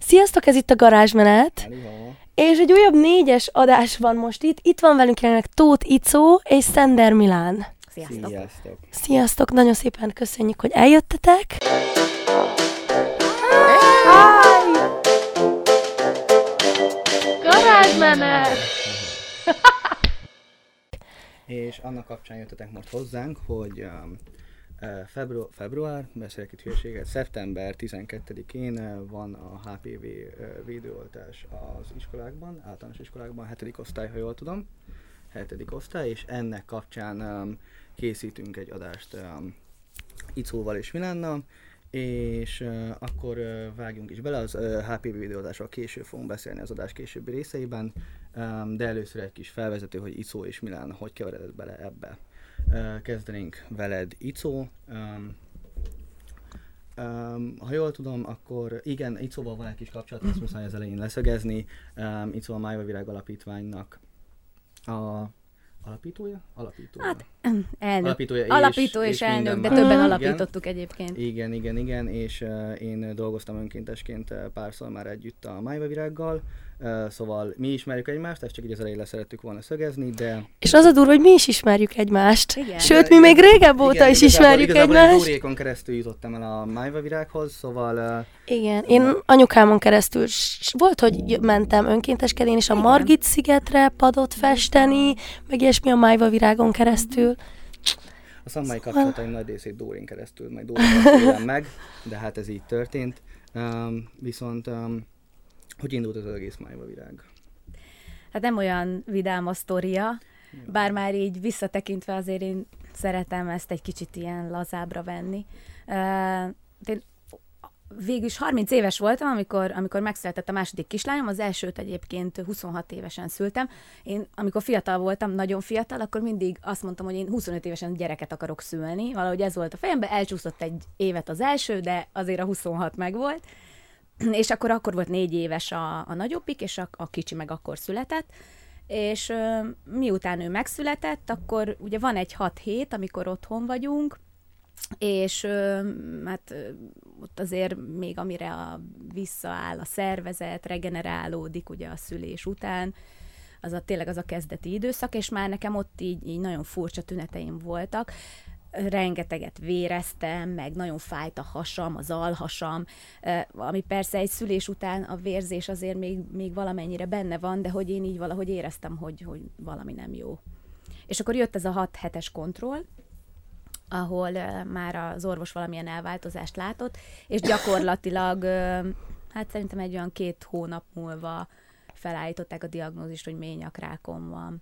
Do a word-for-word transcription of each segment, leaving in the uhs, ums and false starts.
Sziasztok, ez itt a Garázsmenet, Hello. és egy újabb négyes adás van most itt. Itt van velünk jelenleg Tóth Icó és Szender Milán. Sziasztok! Sziasztok! Sziasztok, nagyon szépen köszönjük, hogy eljöttetek. Garázsmenet! És annak kapcsán jöttetek most hozzánk, hogy um, uh, febru- február, beszélek itt hülyeséget, szeptember tizenkettedikén uh, van a há pé vé uh, védőoltás az iskolákban, általános iskolákban, hetedik osztály, ha jól tudom, hetedik osztály, és ennek kapcsán um, készítünk egy adást um, Icóval és Milánnal, és uh, akkor uh, vágjunk is bele, az uh, há pé vé védőoltásról később fogunk beszélni az adás későbbi részeiben, um, de először egy kis felvezető, hogy Icó és Milán hogy keveredett bele ebbe. Uh, kezdenénk veled, Icó. Um, um, ha jól tudom, akkor igen, Icóval van egy kis kapcsolat, ezt muszáj az elején leszögezni. Um, Icó a Májva Virág Alapítványnak a alapítója? Alapítója. Hát, elnök. Alapítója és, Alapító és, és elnök, de minden többen más. alapítottuk egyébként. Igen, igen, igen, és uh, én dolgoztam önkéntesként uh, párszor már együtt a Májva Virággal, uh, szóval mi ismerjük egymást, ezt csak így az elején leszerettük volna szögezni, de... És az a durva, hogy mi is ismerjük egymást. Igen. Sőt, De- mi még régebb óta igen, is igazából, ismerjük igazából egy egymást. Dóriékon keresztül jutottam el a Májva Virághoz, szóval... Uh, Igen, én anyukámon keresztül s- volt, hogy mentem önkénteskedni, és a Igen. Margit szigetre padot festeni, meg ilyesmi a Májva Virágon keresztül. a szakmai Szóval- kapcsolataim nagy részét Dórén keresztül, majd Dórén élem meg, de hát ez így történt. Um, viszont, um, hogy indult az egész Májva Virág? Hát nem olyan vidám a sztoria, bár már így visszatekintve azért én szeretem ezt egy kicsit ilyen lazábra venni. Uh, én végül is harminc éves voltam, amikor, amikor megszületett a második kislányom, az elsőt egyébként huszonhat évesen szültem. Én, amikor fiatal voltam, nagyon fiatal, akkor mindig azt mondtam, hogy én huszonöt évesen gyereket akarok szülni. Valahogy ez volt a fejemben, elcsúszott egy évet az első, de azért a huszonhat megvolt. És akkor, akkor volt négy éves a, a nagyobbik, és a, a kicsi meg akkor született. És ö, miután ő megszületett, akkor ugye van egy hat hét, amikor otthon vagyunk, és ö, hát ö, ott azért még amire a, visszaáll a szervezet, regenerálódik ugye a szülés után, az a, tényleg az a kezdeti időszak, és már nekem ott így, így nagyon furcsa tüneteim voltak. Rengeteget véreztem, meg nagyon fájt a hasam, az alhasam, ami persze egy szülés után a vérzés azért még, még valamennyire benne van, de hogy én így valahogy éreztem, hogy, hogy valami nem jó. És akkor jött ez a hat hetes kontroll, ahol uh, már az orvos valamilyen elváltozást látott, és gyakorlatilag, uh, hát szerintem egy olyan két hónap múlva felállították a diagnózist, hogy mély nyakrákom van.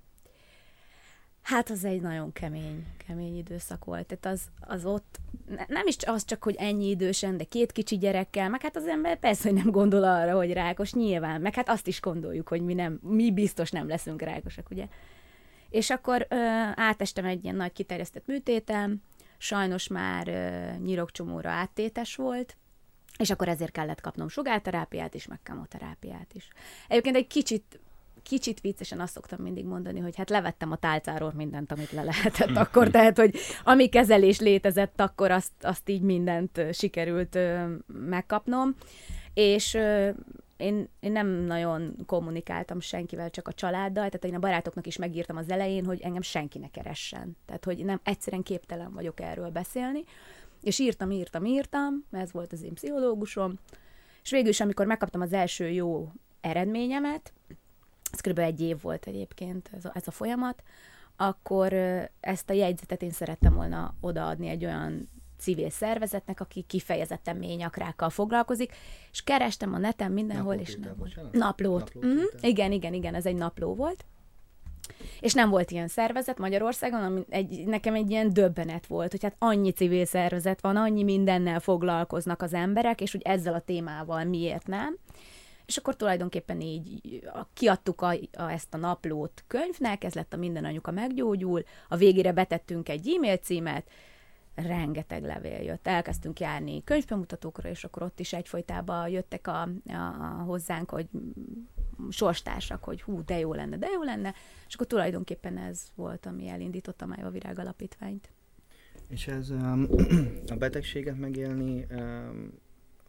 Hát az egy nagyon kemény, kemény időszak volt. Tehát az, az ott, ne, nem is az csak, hogy ennyi idősen, de két kicsi gyerekkel, meg hát az ember persze, hogy nem gondol arra, hogy rákos, nyilván, meg hát azt is gondoljuk, hogy mi, nem, mi biztos nem leszünk rákosak, ugye. És akkor ö, átestem egy ilyen nagy kiterjesztett műtéten, sajnos már ö, nyirokcsomóra áttétes volt, és akkor ezért kellett kapnom sugárterápiát is, meg kemoterápiát is. Egyébként egy kicsit, kicsit viccesen azt szoktam mindig mondani, hogy hát levettem a tálcáról mindent, amit le lehetett akkor, tehát, hogy ami kezelés létezett, akkor azt, azt így mindent ö, sikerült ö, megkapnom, és ö, Én, én nem nagyon kommunikáltam senkivel, csak a családdal, tehát én a barátoknak is megírtam az elején, hogy engem senki ne keressen. Tehát, hogy nem egyszerűen képtelen vagyok erről beszélni. És írtam, írtam, írtam, ez volt az én pszichológusom. És végül is, amikor megkaptam az első jó eredményemet, ez kb. Egy év volt egyébként ez a, ez a folyamat, akkor ezt a jegyzetet én szerettem volna odaadni egy olyan civil szervezetnek, aki kifejezetten mély nyakrákkal foglalkozik, és kerestem a neten mindenhol, Naplót és írtál, nem volt. bocsánat? Naplót. Naplót Mm-hmm. írtál. Igen, igen, igen, ez egy napló volt. És nem volt ilyen szervezet Magyarországon, ami egy, nekem egy ilyen döbbenet volt, hogy hát annyi civil szervezet van, annyi mindennel foglalkoznak az emberek, és hogy ezzel a témával miért nem. És akkor tulajdonképpen így kiadtuk a, a, ezt a naplót könyvnek, ez lett a Minden anyuka meggyógyul, a végére betettünk egy e-mail címet, rengeteg levél jött. Elkezdtünk járni könyvbemutatókra, és akkor ott is egyfolytában jöttek a, a, a hozzánk, hogy sorstársak, hogy hú, de jó lenne, de jó lenne, és akkor tulajdonképpen ez volt, ami elindította a Májva Virág Alapítványt. És ez um, a betegséget megélni, um,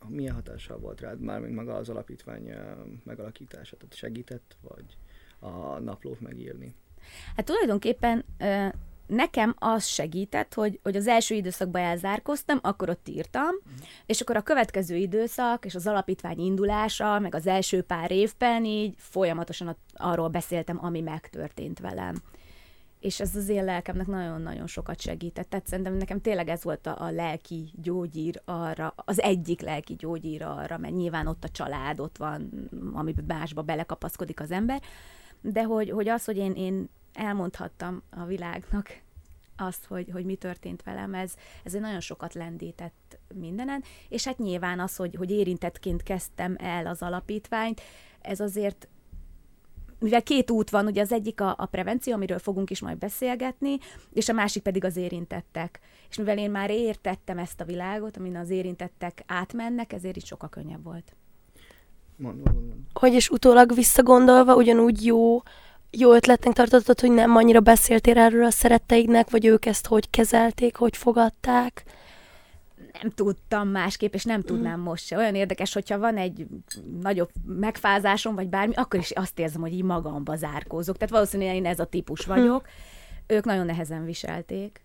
milyen hatással volt rád, mármint maga az alapítvány megalakítása? Tehát segített, vagy a naplót megírni? Hát tulajdonképpen nekem az segített, hogy, hogy az első időszakban elzárkoztam, akkor ott írtam, mm. és akkor a következő időszak, és az alapítvány indulása, meg az első pár évben így folyamatosan arról beszéltem, ami megtörtént velem. És ez az én lelkemnek nagyon-nagyon sokat segített. Tehát szerintem nekem tényleg ez volt a, a lelki gyógyír arra, az egyik lelki gyógyír arra, mert nyilván ott a család, ott van, amiben másba belekapaszkodik az ember, de hogy, hogy az, hogy én, én elmondhattam a világnak azt, hogy, hogy mi történt velem, ez, ez nagyon sokat lendített mindenen, és hát nyilván az, hogy, hogy érintettként kezdtem el az alapítványt, ez azért, mivel két út van, ugye az egyik a, a prevenció, amiről fogunk is majd beszélgetni, és a másik pedig az érintettek. És mivel én már értettem ezt a világot, amin az érintettek átmennek, ezért is sokkal könnyebb volt. Mond, mond, mond. Hogy és utólag visszagondolva ugyanúgy jó, jó ötletnek tartottad, hogy nem annyira beszéltél erről a szeretteidnek, vagy ők ezt hogy kezelték, hogy fogadták? Nem tudtam másképp, és nem tudnám most se. Olyan érdekes, hogyha van egy nagyobb megfázásom, vagy bármi, akkor is azt érzem, hogy így magamba zárkózok. Tehát valószínűleg én ez a típus vagyok. Ők nagyon nehezen viselték,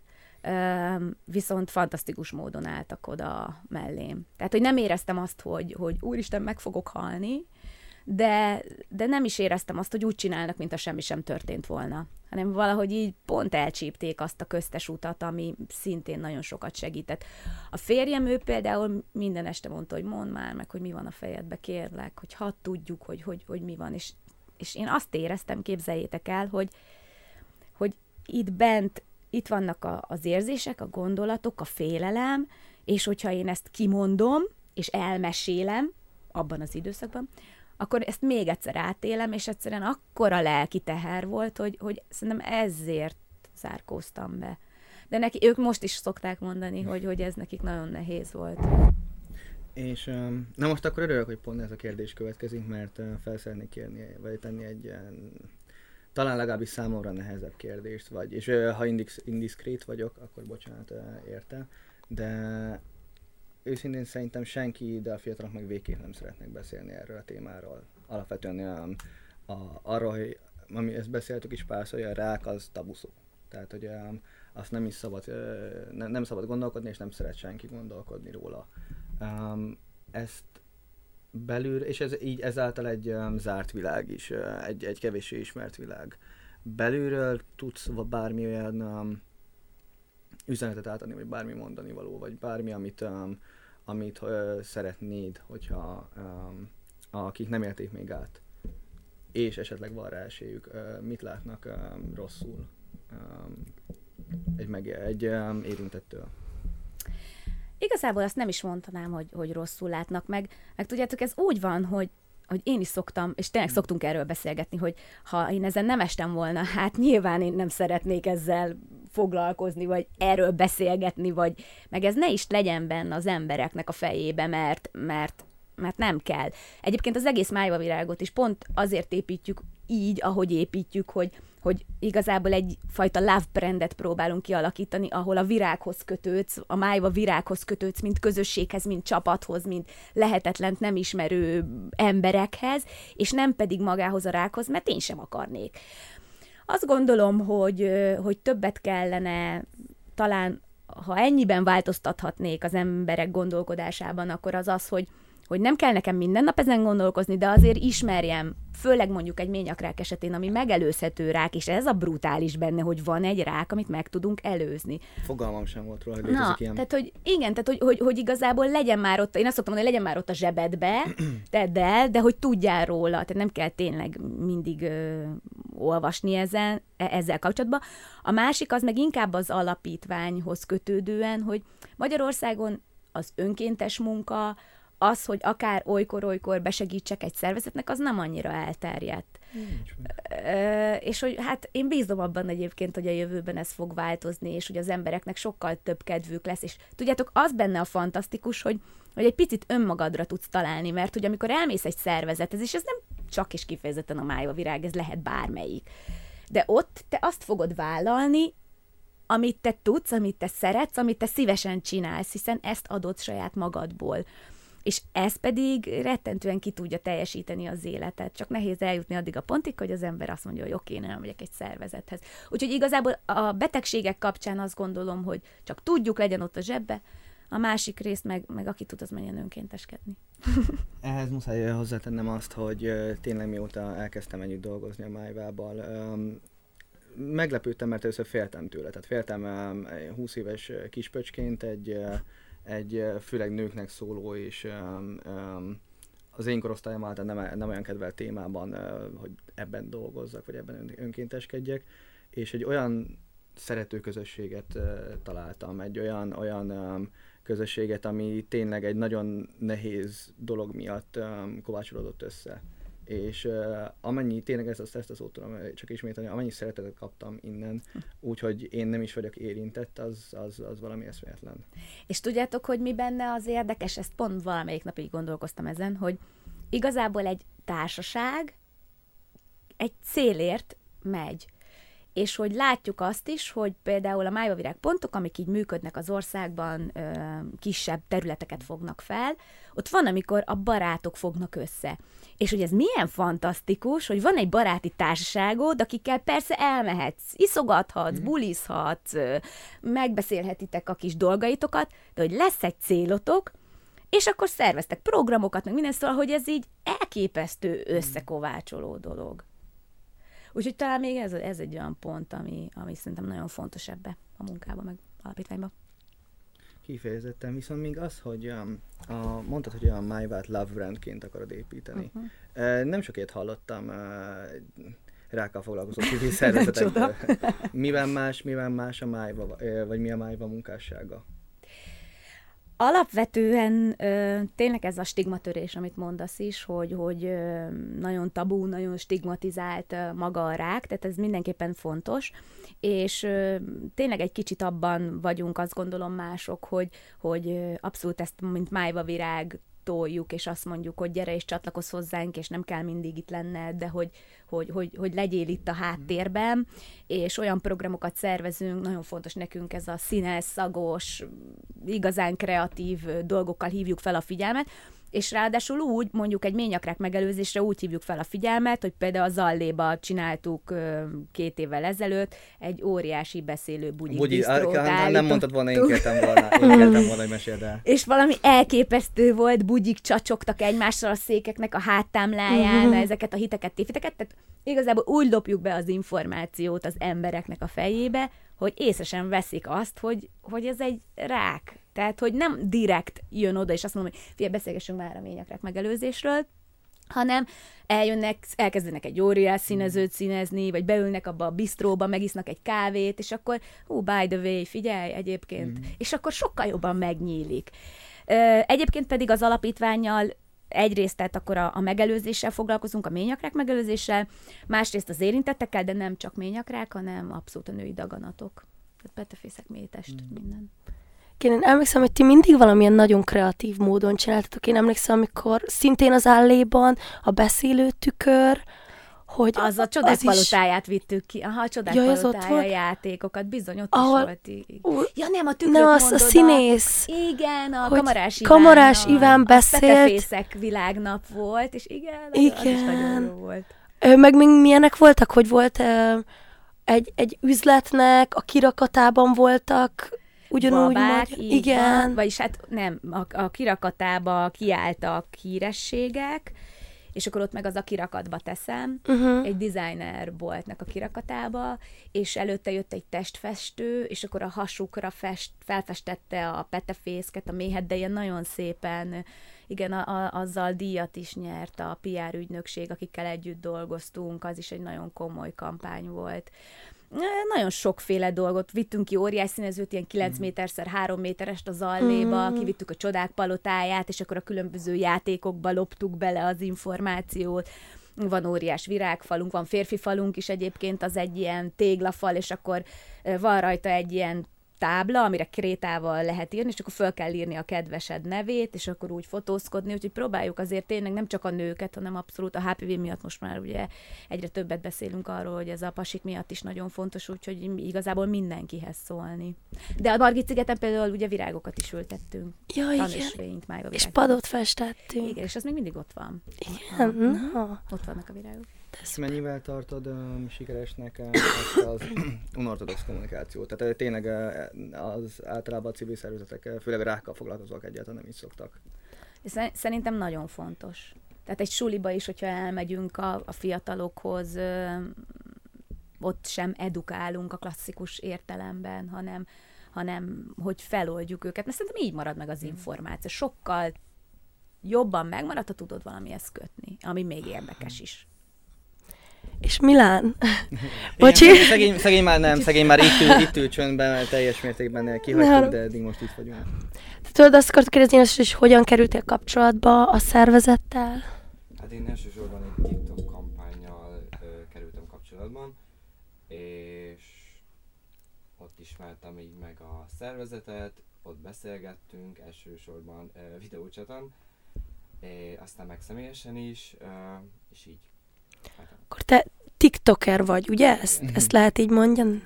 viszont fantasztikus módon álltak oda mellém. Tehát, hogy nem éreztem azt, hogy, hogy úristen, meg fogok halni, de, de nem is éreztem azt, hogy úgy csinálnak, mint a semmi sem történt volna, hanem valahogy így pont elcsípték azt a köztes utat, ami szintén nagyon sokat segített. A férjem, ő például minden este mondta, hogy mondd már meg, hogy mi van a fejedbe, kérlek, hogy hadd tudjuk, hogy, hogy, hogy mi van. És, és én azt éreztem, képzeljétek el, hogy, hogy itt bent, itt vannak a, az érzések, a gondolatok, a félelem, és hogyha én ezt kimondom, és elmesélem abban az időszakban, akkor ezt még egyszer átélem, és egyszerűen akkora lelki teher volt, hogy, hogy szerintem ezért zárkóztam be. De neki, ők most is szokták mondani, hogy, hogy ez nekik nagyon nehéz volt. És na most akkor örülök, hogy pont ez a kérdés következik, mert fel szeretnék kérni, vagy tenni egy ilyen, talán legalábbis számomra nehezebb kérdést, vagy, és ha indiszkrét vagyok, akkor bocsánat érte, de őszintén szerintem senki, de a fiatalok meg végképp nem szeretnek beszélni erről a témáról. Alapvetően um, a, arról, hogy ami ezt beszéltük is párszor, hogy a rák az tabuszó. Tehát, hogy um, azt nem is szabad, uh, ne, nem szabad gondolkodni, és nem szeret senki gondolkodni róla. Um, ezt belül, és ez így ezáltal egy um, zárt világ is, uh, egy, egy kevéssé ismert világ. Belülről tudsz bármi olyan um, üzenetet átadni, vagy bármi mondani való, vagy bármi, amit, um, amit uh, szeretnéd, hogyha um, akik nem élték még át, és esetleg van rá esélyük, uh, mit látnak um, rosszul um, egy, meg, egy um, érintettől. Igazából azt nem is mondanám, hogy, hogy rosszul látnak meg, meg tudjátok, ez úgy van, hogy hogy én is szoktam, és tényleg szoktunk erről beszélgetni, hogy ha én ezen nem estem volna, hát nyilván én nem szeretnék ezzel foglalkozni, vagy erről beszélgetni, vagy meg ez ne is legyen benne az embereknek a fejébe, mert, mert, mert nem kell. Egyébként az egész májvavirágot is pont azért építjük így, ahogy építjük, hogy, hogy igazából egyfajta love brandet próbálunk kialakítani, ahol a virághoz kötődsz, a májva virághoz kötődsz, mint közösséghez, mint csapathoz, mint lehetetlent nem ismerő emberekhez, és nem pedig magához a rákhoz, mert én sem akarnék. Azt gondolom, hogy, hogy többet kellene, talán ha ennyiben változtathatnék az emberek gondolkodásában, akkor az az, hogy hogy nem kell nekem minden nap ezen gondolkozni, de azért ismerjem, főleg mondjuk egy ményakrák esetén, ami megelőzhető rák, és ez a brutális benne, hogy van egy rák, amit meg tudunk előzni. Fogalmam sem volt róla, hogy létezik Na, ilyen. Tehát, hogy igen, tehát, hogy, hogy, hogy igazából legyen már ott, én azt szoktam mondani, hogy legyen már ott a zsebedbe, tedd el, de hogy tudjál róla, tehát nem kell tényleg mindig ö, olvasni ezen, ezzel kapcsolatban. A másik az meg inkább az alapítványhoz kötődően, hogy Magyarországon az önkéntes munka, az, hogy akár olykor-olykor besegítsek egy szervezetnek, az nem annyira elterjedt. Ö, és hogy hát én bízom abban egyébként, hogy a jövőben ez fog változni, és hogy az embereknek sokkal több kedvük lesz, és tudjátok, az benne a fantasztikus, hogy, hogy egy picit önmagadra tudsz találni, mert hogy amikor elmész egy szervezethez, és ez nem csak és kifejezetten a májvavirág, ez lehet bármelyik, de ott te azt fogod vállalni, amit te tudsz, amit te szeretsz, amit te szívesen csinálsz, hiszen ezt adod saját magadból. és ez pedig rettentően ki tudja teljesíteni az életet. Csak nehéz eljutni addig a pontig, hogy az ember azt mondja, hogy oké, okay, nem megyek egy szervezethez. Úgyhogy igazából a betegségek kapcsán azt gondolom, hogy csak tudjuk, legyen ott a zsebbe, a másik részt meg, meg aki tud, az menjen önkénteskedni. Ehhez muszáj hozzátennem azt, hogy uh, tényleg mióta elkezdtem együtt dolgozni a Májvával, um, meglepődtem, mert először féltem tőle. Tehát féltem um, húsz éves kispöcsként egy, uh, egy uh, főleg nőknek szóló és um, um, az én korosztályom által nem, nem olyan kedvelt témában, uh, hogy ebben dolgozzak, vagy ebben önkénteskedjek, és egy olyan szerető közösséget uh, találtam, egy olyan, olyan um, közösséget, ami tényleg egy nagyon nehéz dolog miatt um, kovácsolódott össze. És uh, amennyi, tényleg ezt, ezt, ezt a szót tudom csak ismételni, amennyi szeretetet kaptam innen, úgyhogy én nem is vagyok érintett, az, az, az valami eszméletlen. És tudjátok, hogy mi benne az érdekes? Ezt pont valamelyik napig gondolkoztam ezen, hogy igazából egy társaság egy célért megy. És hogy látjuk azt is, hogy például a májvavirág pontok, amik így működnek az országban, ö, kisebb területeket fognak fel, ott van, amikor a barátok fognak össze. És hogy ez milyen fantasztikus, hogy van egy baráti társaságod, akikkel persze elmehetsz, iszogathatsz, mm. bulizhatsz, megbeszélhetitek a kis dolgaitokat, de hogy lesz egy célotok, és akkor szerveztek programokat, meg minden, szóval, hogy ez így elképesztő összekovácsoló dolog. Úgyhogy talán még ez, ez egy olyan pont, ami, ami szerintem nagyon fontos ebbe a munkában, meg alapítványban. Kifejezetten, viszont még az, hogy um, a, mondtad, hogy a Májvát love brandként akarod építeni. Uh-huh. Uh, nem sok ilyet hallottam uh, rákkal foglalkozó civil szervezetekből. Miben más, miben más a Májva, vagy mi a Májva munkássága? Alapvetően ö, tényleg ez a stigmatörés, amit mondasz is, hogy, hogy ö, nagyon tabú, nagyon stigmatizált ö, maga a rák, tehát ez mindenképpen fontos, és ö, tényleg egy kicsit abban vagyunk, azt gondolom mások, hogy, hogy ö, abszolút ezt, mint májvavirág, toljuk, és azt mondjuk, hogy gyere és csatlakozz hozzánk, és nem kell mindig itt lenned, de hogy, hogy, hogy, hogy legyél itt a háttérben, és olyan programokat szervezünk, nagyon fontos nekünk ez a színes, szagos, igazán kreatív dolgokkal hívjuk fel a figyelmet, és ráadásul úgy, mondjuk egy ményakrák megelőzésre úgy hívjuk fel a figyelmet, hogy például a Zalléba csináltuk két évvel ezelőtt egy óriási beszélő bugyik Bugyi, bisztrót állítottuk. Nem mondtad volna, én kértem volna, én kértem volna, hogy meséld el. És valami elképesztő volt, bugyik csacsogtak egymással a székeknek a háttámláján, uh-huh. ezeket a hiteket, tévhiteket, tehát igazából úgy lopjuk be az információt az embereknek a fejébe, hogy észre sem veszik azt, hogy, hogy ez egy rák. Tehát, hogy nem direkt jön oda, és azt mondom, hogy figyelj, beszélgessünk már a ményakrák megelőzésről, hanem eljönnek, elkezdenek egy óriás színezőt színezni, vagy beülnek abba a bistróba, megisznak egy kávét, és akkor, hú, by the way, figyelj, egyébként, mm. és akkor sokkal jobban megnyílik. Egyébként pedig az alapítvánnyal egyrészt, tehát akkor a, a megelőzéssel foglalkozunk, a ményakrák megelőzéssel, másrészt az érintettekkel, de nem csak ményakrák, hanem abszolút a női daganatok. Tehát petefészek, mélytest, mm. minden. Én emlékszem, hogy ti mindig valamilyen nagyon kreatív módon csináltatok. Én emlékszem, amikor szintén az Álléban a beszélő tükör, hogy az a Csodák palotáját is... vittük ki. Aha, a Csodák Jaj, palotája játékokat, bizony, ott ahol... is volt. Ja, nem, a tükröt nem, az mondod. A színész. A... Igen, a Kamarás Iván. Kamarás Iván beszélt. A petefészek világnap volt, és igen, igen. Az is nagyon jó volt. Ö, meg még milyenek voltak, hogy volt ö, egy, egy üzletnek, a kirakatában voltak... Ugyanúgy babák, majd, igen. Van, vagyis hát nem, a, a kirakatába kiálltak hírességek, és akkor ott meg az a kirakatba teszem, uh-huh. egy designer boltnak a kirakatába, és előtte jött egy testfestő, és akkor a hasukra fest, felfestette a petefészket, a méhet, de ilyen nagyon szépen, igen, a, a, azzal díjat is nyert a pé er ügynökség, akikkel együtt dolgoztunk, az is egy nagyon komoly kampány volt. Nagyon sokféle dolgot vittünk ki, óriás színezőt, ilyen kilenc méterszer három méterest a Zalléba, mm. kivittük a Csodák palotáját, és akkor a különböző játékokba loptuk bele az információt. Van óriás virágfalunk, van férfi falunk is egyébként, az egy ilyen téglafal, és akkor van rajta egy ilyen tábla, amire krétával lehet írni, és akkor föl kell írni a kedvesed nevét, és akkor úgy fotózkodni, úgyhogy próbáljuk azért tényleg nem csak a nőket, hanem abszolút a há pé vé miatt most már ugye egyre többet beszélünk arról, hogy ez a pasik miatt is nagyon fontos, úgyhogy igazából mindenkihez szólni. De a Margit-szigeten például ugye virágokat is ültettünk. Ja, Tanösvényt, igen. májva És padot festettünk. Igen, és az még mindig ott van. Igen, Aha. na. Ott vannak a virágok. És mennyivel tartod um, sikeresnek uh, ezt az unortodox kommunikációt? Tehát uh, tényleg uh, az általában a civil szervezetek, uh, főleg a rákkal foglalkozók egyáltalán nem is szoktak. Szerintem nagyon fontos. Tehát egy suliba is, hogyha elmegyünk a, a fiatalokhoz, ö, ott sem edukálunk a klasszikus értelemben, hanem, hanem hogy feloldjuk őket. Mert szerintem így marad meg az információ. Sokkal jobban megmarad, ha tudod valamihez kötni, ami még érdekes is. És Milán? Bocsi? Igen, szegény, szegény már nem, szegény már itt ül, itt ül csöndben, teljes mértékben kihagytuk, de eddig most itt vagyunk. Tudod, azt akartam kérdezni, hogy hogyan kerültél kapcsolatba a szervezettel? Hát én elsősorban egy TikTok kampánnyal ö, kerültem kapcsolatban, és ott ismertem így meg a szervezetet, ott beszélgettünk, elsősorban ö, videócsaton, és aztán meg személyesen is, ö, és így. Hát, Akkor te TikToker vagy, ugye? Ezt, ezt lehet így mondani?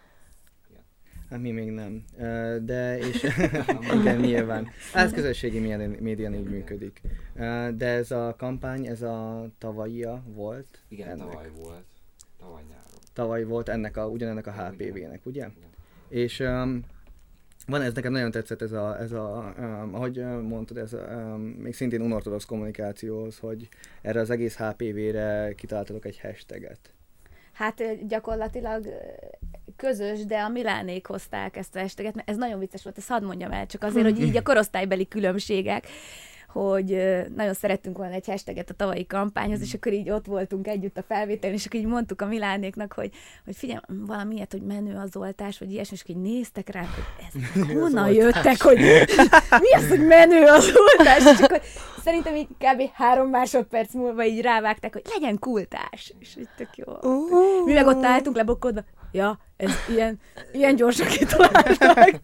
Hát mi még nem. De és igen, nyilván. Ez közösségi médián így működik. De ez a kampány, ez a tavalyia volt. Igen, ennek. tavaly volt. Tavaly nyáron. Tavaly volt ennek a, ugyanennek a há pé vé-nek, ugye? Igen. És um, van ez, nekem nagyon tetszett ez a, ez a um, ahogy mondtad, ez a, um, még szintén unortodox kommunikációhoz, hogy erre az egész há pé vé-re kitaláltatok egy hashtaget. Hát gyakorlatilag közös, de a Milánék hozták ezt a hashtaget, mert ez nagyon vicces volt, ezt hadd mondjam el, csak azért, hogy így a korosztálybeli különbségek, hogy nagyon szerettünk volna egy hashtaget a tavalyi kampányhoz, és akkor így ott voltunk együtt a felvételen, és akkor így mondtuk a Milánéknak, hogy, hogy figyelj, valami ilyet, hogy menő az oltás, vagy ilyesmi, és akkor így néztek rá, hogy ez honnan jöttek, hogy mi az, hogy menő az oltás, és akkor szerintem így kb. három másodperc múlva így rávágták, hogy legyen kultás, és így tök jó. Mi meg ott álltunk lebokkodva, ja, ez ilyen, ilyen gyorsan kitalálták.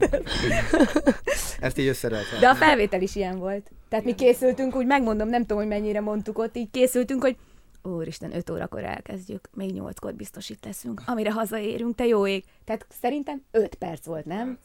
Ezt így összerelt. De a felvétel is ilyen volt. Tehát mi készültünk, úgy megmondom, nem tudom, hogy mennyire mondtuk ott, így készültünk, hogy úristen, öt órakor elkezdjük, még nyolckor biztos itt leszünk, amire hazaérünk, te jó ég. Tehát szerintem öt perc volt, nem?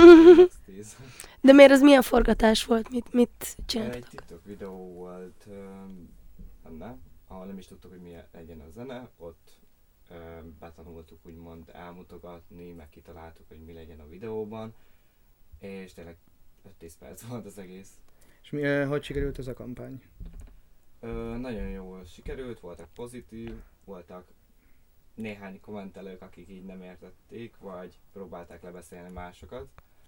De miért az milyen forgatás volt? Mit, mit csináltak? Egy TikTok videó volt benne, ahol nem is tudtuk, hogy mi legyen a zene, ott betanultuk úgymond elmutogatni, meg kitaláltuk, hogy mi legyen a videóban, és tényleg öt-tíz perc volt az egész. És mi, uh, hogy sikerült ez a kampány? Ö, nagyon jól sikerült, voltak pozitív, voltak néhány kommentelők, akik így nem értették, vagy próbálták lebeszélni másokat,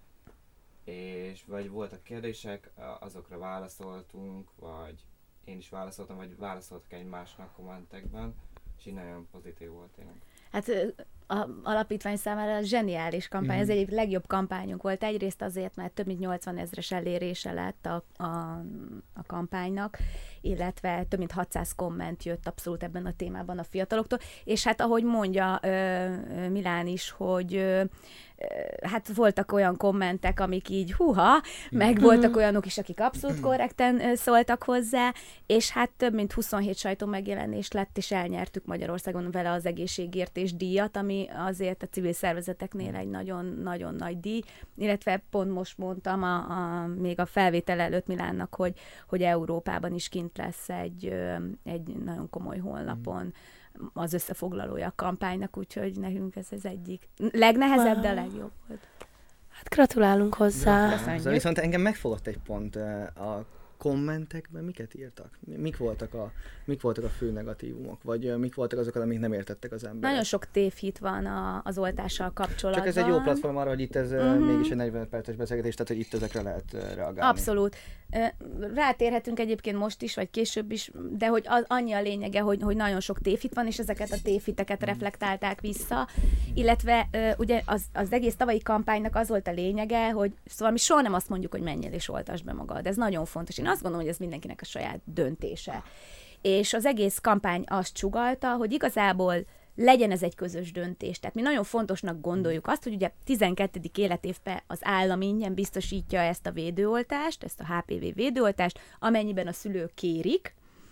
és vagy voltak kérdések, azokra válaszoltunk, vagy én is válaszoltam, vagy válaszoltak egymásnak kommentekben, és így nagyon pozitív volt tényleg. Hát a alapítvány számára zseniális kampány, ez egyik legjobb kampányunk volt. Egyrészt azért, mert több mint nyolcvan ezres elérése lett a, a, a kampánynak, illetve több mint hatszáz komment jött abszolút ebben a témában a fiataloktól, és hát ahogy mondja ö, Milán is, hogy ö, hát voltak olyan kommentek, amik így huha, meg voltak olyanok is, akik abszolút korrekten szóltak hozzá, és hát több mint huszonhét sajtó megjelenés lett, és elnyertük Magyarországon vele az egészségért és díjat, ami azért a civil szervezeteknél egy nagyon-nagyon nagy díj, illetve pont most mondtam a, a, még a felvétel előtt Milánnak, hogy, hogy Európában is kint lesz egy, egy nagyon komoly honlapon az összefoglalója a kampánynak, úgyhogy nekünk ez az egyik legnehezebb, de legjobb volt. Hát gratulálunk hozzá. Köszönjük. Viszont engem megfogott egy pont, a kommentekben miket írtak? Mik voltak a, mik voltak a fő negatívumok? Vagy mik voltak azok, amik nem értettek az emberek? Nagyon sok tévhit van a, az oltással kapcsolatban. Csak ez egy jó platform arra, hogy itt ez uh-huh. mégis egy negyvenöt perces beszélgetés, tehát hogy itt ezekre lehet reagálni. Abszolút. Rátérhetünk egyébként most is, vagy később is, de hogy az, annyi a lényege, hogy, hogy nagyon sok tévhit van, és ezeket a tévhiteket reflektálták vissza, illetve ugye az, az egész tavalyi kampánynak az volt a lényege, hogy szóval mi soha nem azt mondjuk, hogy menjél és oltasd be magad. Ez nagyon fontos. Én azt gondolom, hogy ez mindenkinek a saját döntése. És az egész kampány azt sugallta, hogy igazából legyen ez egy közös döntés. Tehát mi nagyon fontosnak gondoljuk azt, hogy ugye tizenkettedik életévben az állam ingyen biztosítja ezt a védőoltást, ezt a há pé vé védőoltást, amennyiben a szülők kérik,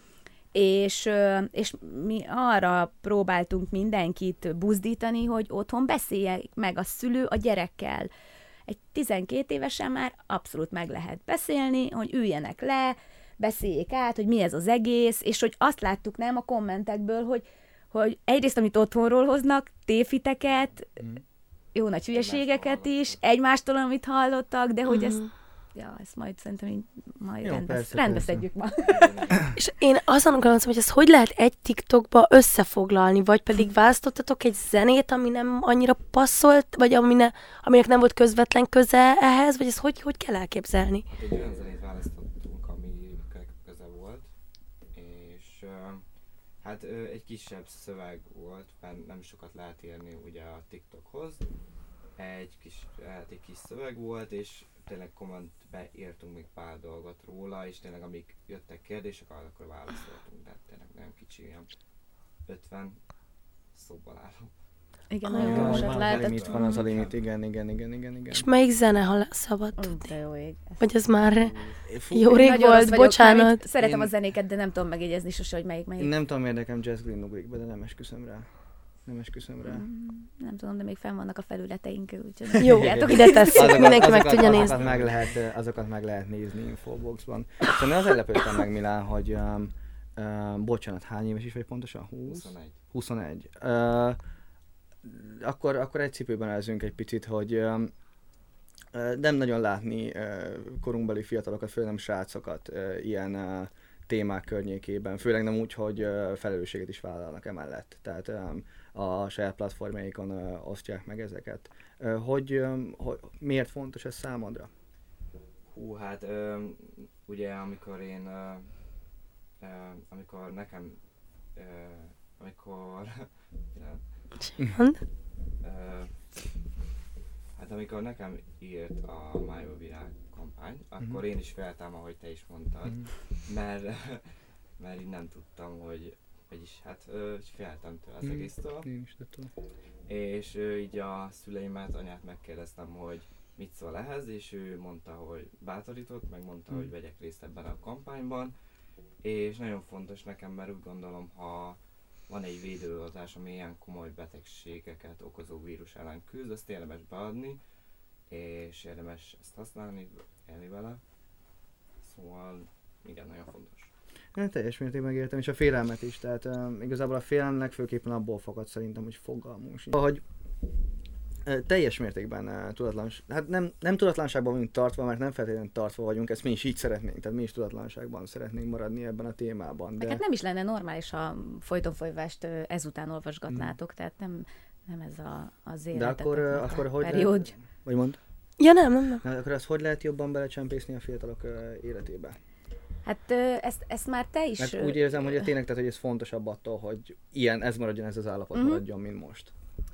és, és mi arra próbáltunk mindenkit buzdítani, hogy otthon beszélje meg a szülő a gyerekkel. Egy tizenkét évesen már abszolút meg lehet beszélni, hogy üljenek le, beszéljék át, hogy mi ez az egész, és hogy azt láttuk nem a kommentekből, hogy, hogy egyrészt, amit otthonról hoznak, tévhiteket, mm. jó nagy hülyeségeket is, egymástól, amit hallottak, de hogy ezt, ja, ezt majd szerintem így majd jó, rendbe, persze, rendbe persze. szedjük ma. És én azon gondolom, hogy ezt hogy lehet egy TikTokba összefoglalni, vagy pedig választottatok egy zenét, ami nem annyira passzolt, vagy amine, aminek nem volt közvetlen köze ehhez, vagy ezt hogy, hogy kell elképzelni? Egy olyan zenét választottunk, ami köze volt, és uh, hát uh, egy kisebb szöveg volt, mert nem sokat lehet írni ugye a TikTokhoz. Egy kis, hát egy kis szöveg volt, és tényleg kommentbe írtunk még pár dolgot róla, és tényleg amik jöttek kérdések, akkor válaszoltunk, de tényleg nagyon kicsi, ilyen ötven szóval álló. Igen, Ah, nagyon jó, keveset van, lehetett. limit van az a limit, igen, igen, igen, igen, igen. És melyik zene, ha szabad Ó, tudni? de jó ég. Vagy az már Fú, jó én rég Nagyon rossz volt, vagyok, bocsánat. mármint Szeretem Én- a zenéket, de nem tudom megjegyezni sose, hogy melyik melyik. Nem tudom, érdekem Jazz Green ugrik be, de nem esküszöm rá. Nem esküszöm rá. Mm, Nem tudom, de még fenn vannak a felületeink, úgyhogy Jó, tudjátok. ide tesszük, Azokat- mindenki meg azokat- tudja azokat nézni. Meg lehet, azokat meg lehet nézni Infoboxban. Szóval az ellepődtem meg, Milán, hogy um, um, bocsánat, hány éves is vagy pontosan? húsz? huszonegy. huszonegy. Uh, akkor, akkor egy cipőben elzünk egy picit, hogy um, uh, nem nagyon látni uh, korunkbeli fiatalokat, főleg nem srácokat uh, ilyen uh, témák környékében, főleg nem úgy, hogy uh, felelősséget is vállalnak emellett. Tehát um, a saját platformjaikon uh, osztják meg ezeket. Uh, hogy, um, hogy miért fontos ez számodra? Hú, hát ö, ugye amikor én, ö, ö, amikor nekem, ö, amikor, Mondd. ö, hát amikor nekem írt a Májva Virág kampány, akkor Mhm. én is féltem, ahogy te is mondtad, Mhm. mert, mert így nem tudtam, hogy, vagyis hát ö, féltem tőle az Mhm. egésztől. Én is tudom. És ö, így a szüleimet, anyát megkérdeztem, hogy mit szól ehhez, és ő mondta, hogy bátorított, meg mondta, Mm. hogy vegyek részt ebben a kampányban, és nagyon fontos nekem, mert úgy gondolom, ha van egy védőoltás, ami ilyen komoly betegségeket okozó vírus ellen küzd, azt érdemes beadni, és érdemes ezt használni, élni vele. Szóval igen, nagyon fontos. Én teljes mértékben megértem, és a félelmet is, tehát um, igazából a félelem legfőképpen abból fakad szerintem, hogy fogalmunk sincs. Hogy uh, teljes mértékben uh, tudatlans, hát nem, nem tudatlanságban vagyunk tartva, mert nem feltétlenül tartva vagyunk, ezt mi is így szeretnénk, tehát mi is tudatlanságban szeretnénk maradni ebben a témában. De... Hát nem is lenne normális, ha folyton folyvást ö, ezután olvasgatnátok, tehát nem, nem ez a, az De életetek. akkor, uh, akkor hogy periód. lehet, vagy mond? Ja, nem, nem, nem. Na, akkor azt hogy lehet jobban belecsempészni a fiatalok uh, életébe? Hát ö, ezt, ezt már te is... Mert ö, úgy érzem, hogy tényleg, tehát, hogy ez fontosabb attól, hogy ilyen, ez maradjon, ez az állapot Mhm. maradjon, mint most.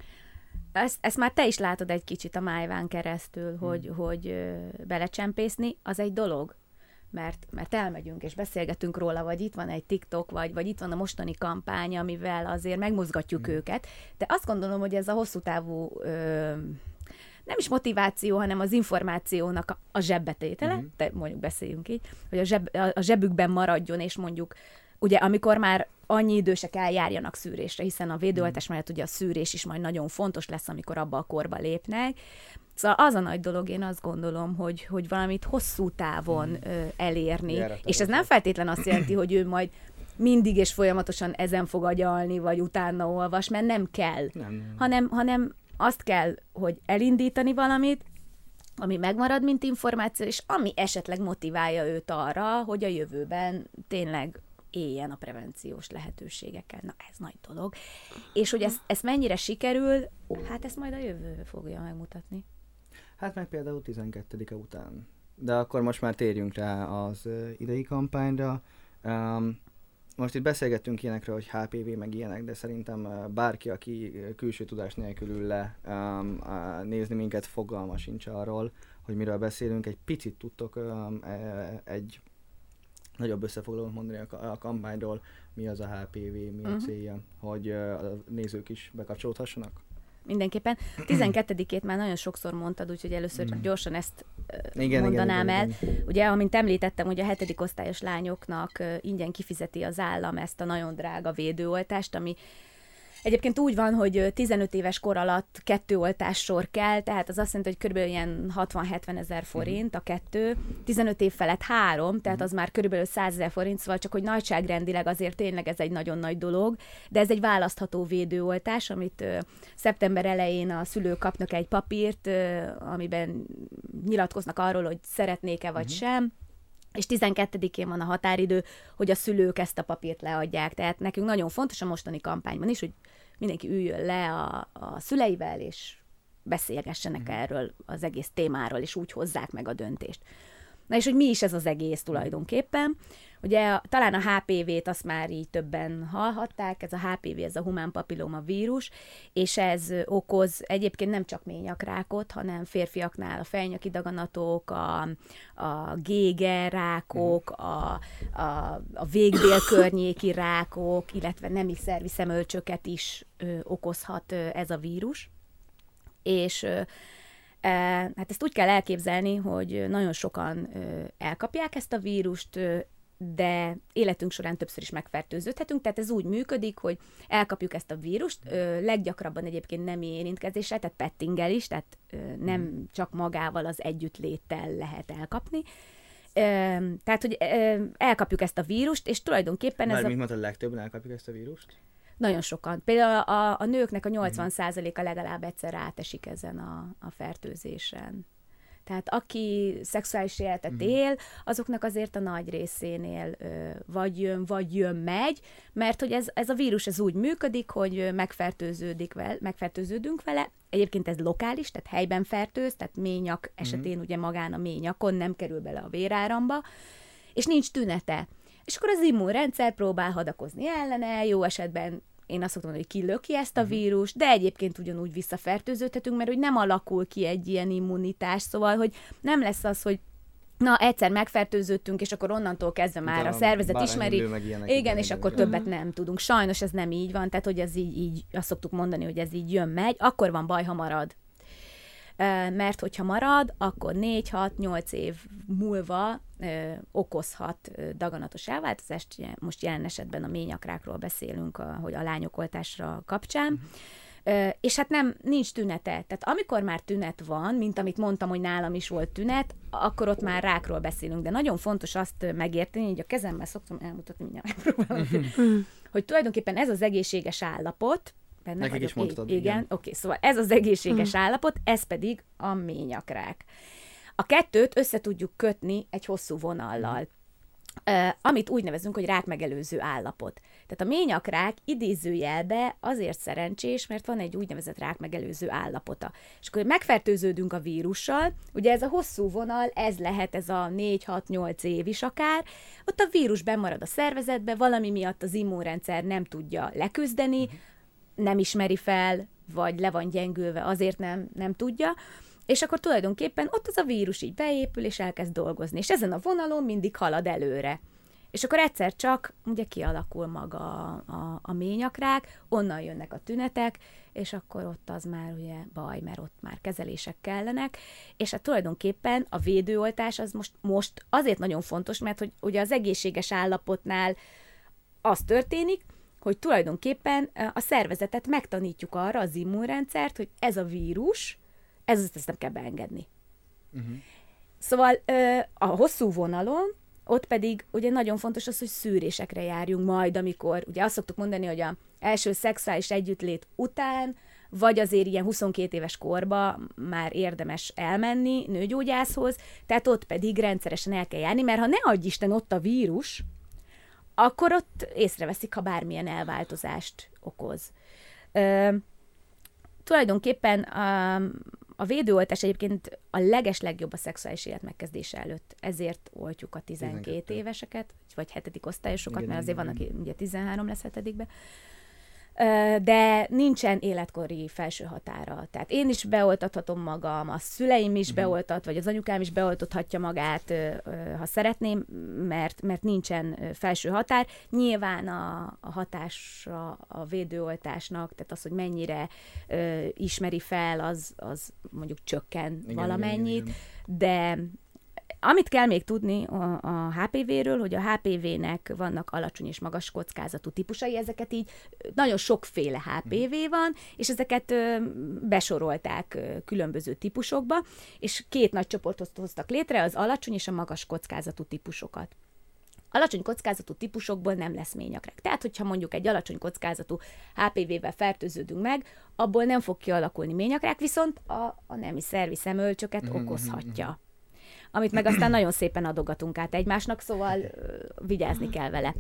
Ezt, ezt már te is látod egy kicsit a májván keresztül, hogy, hogy ö, belecsempészni, az egy dolog. Mert, mert elmegyünk és beszélgetünk róla, vagy itt van egy TikTok, vagy, vagy itt van a mostani kampány, amivel azért megmozgatjuk Mm. őket. De azt gondolom, hogy ez a hosszú távú ö, nem is motiváció, hanem az információnak a, a zsebbetétele, Mhm. de mondjuk beszéljünk így, hogy a, zseb, a, a zsebükben maradjon, és mondjuk ugye amikor már annyi idősek eljárjanak szűrésre, hiszen a védőoltás mellett ugye a szűrés is majd nagyon fontos lesz, amikor abba a korba lépnek. Szóval az a nagy dolog, én azt gondolom, hogy, hogy valamit hosszú távon ö, elérni, Járatot és ez nem hozzá. feltétlen azt jelenti, hogy ő majd mindig és folyamatosan ezen fog agyalni, vagy utána olvas, mert nem kell, Nem, nem. hanem, hanem azt kell, hogy elindítani valamit, ami megmarad, mint információ, és ami esetleg motiválja őt arra, hogy a jövőben tényleg éljen a prevenciós lehetőségekkel. Na, ez nagy dolog. És hogy ezt, ezt mennyire sikerül, hát ezt majd a jövő fogja megmutatni. Hát meg például tizenkettedike után. De akkor most már térjünk rá az uh, idei kampányra. Um, most itt beszélgettünk ilyenekről, hogy há pé vé meg ilyenek, de szerintem uh, bárki, aki uh, külső tudás nélkül ül le um, uh, nézni minket, fogalma sincs arról, hogy miről beszélünk. Egy picit tudtok um, e- egy nagyobb összefoglalót mondani a, a kampányról, mi az a há pé vé, mi a Uh-huh. célja, hogy uh, a nézők is bekapcsolódhassanak? Mindenképpen. tizenkettedikét már nagyon sokszor mondtad, úgyhogy először Mm. gyorsan ezt uh, Igen, mondanám igen, el. igen, igen. Ugye, amint említettem, hogy a hetedik osztályos lányoknak uh, ingyen kifizeti az állam ezt a nagyon drága védőoltást, ami egyébként úgy van, hogy tizenöt éves kor alatt kettő oltássor kell, tehát az azt jelenti, hogy körülbelül ilyen hatvan-hetven ezer forint a kettő, tizenöt év felett három, tehát az már körülbelül száz ezer forint, szóval csak hogy nagyságrendileg azért tényleg ez egy nagyon nagy dolog, de ez egy választható védőoltás, amit ö, szeptember elején a szülők kapnak egy papírt, ö, amiben nyilatkoznak arról, hogy szeretnék-e vagy uh-huh. sem, és tizenkettedikén van a határidő, hogy a szülők ezt a papírt leadják. Tehát nekünk nagyon fontos a mostani kampányban is, hogy mindenki üljön le a, a szüleivel, és beszélgessenek mm. erről az egész témáról, és úgy hozzák meg a döntést. Na és hogy mi is ez az egész tulajdonképpen? Ugye talán a há pé vét azt már így többen hallhatták, ez a há pé vé, ez a humán papilloma vírus, és ez okoz egyébként nem csak ményakrákot, hanem férfiaknál a fejnyaki daganatok, a, a gége rákok, a, a, a végdél környéki rákok, illetve nemi szervi szemölcsöket is ö, okozhat ö, ez a vírus. És ö, hát ezt úgy kell elképzelni, hogy nagyon sokan elkapják ezt a vírust, de életünk során többször is megfertőződhetünk, tehát ez úgy működik, hogy elkapjuk ezt a vírust, leggyakrabban egyébként nemi érintkezéssel, tehát pettinggel is, tehát nem csak magával az együttléttel lehet elkapni. Tehát, hogy elkapjuk ezt a vírust, és tulajdonképpen Már ez mint a... mondtad, legtöbben elkapjuk ezt a vírust? Nagyon sokan. Például a, a nőknek a nyolcvan százaléka legalább egyszer átesik ezen a, a fertőzésen. Tehát aki szexuális életet mm. él, azoknak azért a nagy részénél ö, vagy jön, vagy jön, megy, mert hogy ez, ez a vírus ez úgy működik, hogy megfertőződik vel, megfertőződünk vele. Egyébként ez lokális, tehát helyben fertőz, tehát mély nyak esetén mm. ugye magán a mély nyakon nem kerül bele a véráramba, és nincs tünete. És akkor az immunrendszer próbál hadakozni ellene, jó esetben én azt szoktam mondani, hogy kilöki ezt a vírus, de egyébként ugyanúgy visszafertőződhetünk, mert hogy nem alakul ki egy ilyen immunitás, szóval, hogy nem lesz az, hogy na, egyszer megfertőződtünk, és akkor onnantól kezdve már de a szervezet ismeri. Igen, igen, és igen, akkor igen. többet nem tudunk. Sajnos ez nem így van, tehát hogy ez így, így azt szoktuk mondani, hogy ez így jön-megy, akkor van baj, ha marad. Mert hogyha marad, akkor négy-hat-nyolc év múlva ö, okozhat ö, daganatos elváltozást. Most jelen esetben a ményakrákról beszélünk, a, hogy a lányokoltásra kapcsán. Uh-huh. Ö, és hát nem, nincs tünete. Tehát amikor már tünet van, mint amit mondtam, hogy nálam is volt tünet, akkor ott már rákról beszélünk. De nagyon fontos azt megérteni, hogy a kezemmel szoktam elmutatni, mindjárt megpróbálom, uh-huh. hogy tulajdonképpen ez az egészséges állapot, nekik is mondtad. Igen, igen. Oké, szóval ez az egészséges mm. állapot, ez pedig a ményakrák. A kettőt össze tudjuk kötni egy hosszú vonallal, mm. uh, amit úgy nevezünk, hogy rákmegelőző állapot. Tehát a ményakrák idézőjelbe azért szerencsés, mert van egy úgynevezett rákmegelőző állapota. És akkor megfertőződünk a vírussal, ugye ez a hosszú vonal, ez lehet ez a négy-hat-nyolc év is akár, ott a vírus bennmarad a szervezetbe, valami miatt az immunrendszer nem tudja leküzdeni, mm. nem ismeri fel, vagy le van gyengülve, azért nem, nem tudja, és akkor tulajdonképpen ott az a vírus így beépül, és elkezd dolgozni, és ezen a vonalon mindig halad előre. És akkor egyszer csak ugye kialakul maga a, a, a ményakrák, onnan jönnek a tünetek, és akkor ott az már ugye baj, mert ott már kezelések kellenek, és hát tulajdonképpen a védőoltás az most, most azért nagyon fontos, mert hogy ugye az egészséges állapotnál az történik, hogy tulajdonképpen a szervezetet megtanítjuk arra, az immunrendszert, hogy ez a vírus, ez, ezt nem kell beengedni. Uh-huh. Szóval a hosszú vonalon, ott pedig ugye nagyon fontos az, hogy szűrésekre járjunk majd, amikor, ugye azt szoktuk mondani, hogy az első szexuális együttlét után, vagy azért ilyen huszonkét éves korba már érdemes elmenni nőgyógyászhoz, tehát ott pedig rendszeresen el kell járni, mert ha ne adj Isten ott a vírus, akkor ott észreveszik, ha bármilyen elváltozást okoz. Ö, tulajdonképpen a, a védőoltás egyébként a legeslegjobb a szexuális élet megkezdése előtt. Ezért oltjuk a tizenkét éveseket, vagy hetedik osztályosokat, igen, mert azért igen. Van, aki ugye tizenhárom lesz hetedikben. de nincsen életkori felső határa. Tehát én is beoltathatom magam, a szüleim is beoltat, vagy az anyukám is beoltathatja magát, ha szeretném, mert, mert nincsen felső határ. Nyilván a, a hatása a védőoltásnak, tehát az, hogy mennyire ö, ismeri fel, az, az mondjuk csökken igen, valamennyit, igen, igen, igen. De amit kell még tudni a, a há pé vé-ről, hogy a há pé vé-nek vannak alacsony és magas kockázatú típusai, ezeket így nagyon sokféle há pé vé van, és ezeket ö, besorolták ö, különböző típusokba, és két nagy csoportot hoztak létre, az alacsony és a magas kockázatú típusokat. Alacsony kockázatú típusokból nem lesz ményakrák. Tehát, hogyha mondjuk egy alacsony kockázatú há pé vé-vel fertőződünk meg, abból nem fog kialakulni ményakrák, viszont a, a nemi szervi szemölcsöket okozhatja. Amit meg aztán nagyon szépen adogatunk át egymásnak, szóval uh, vigyázni kell vele.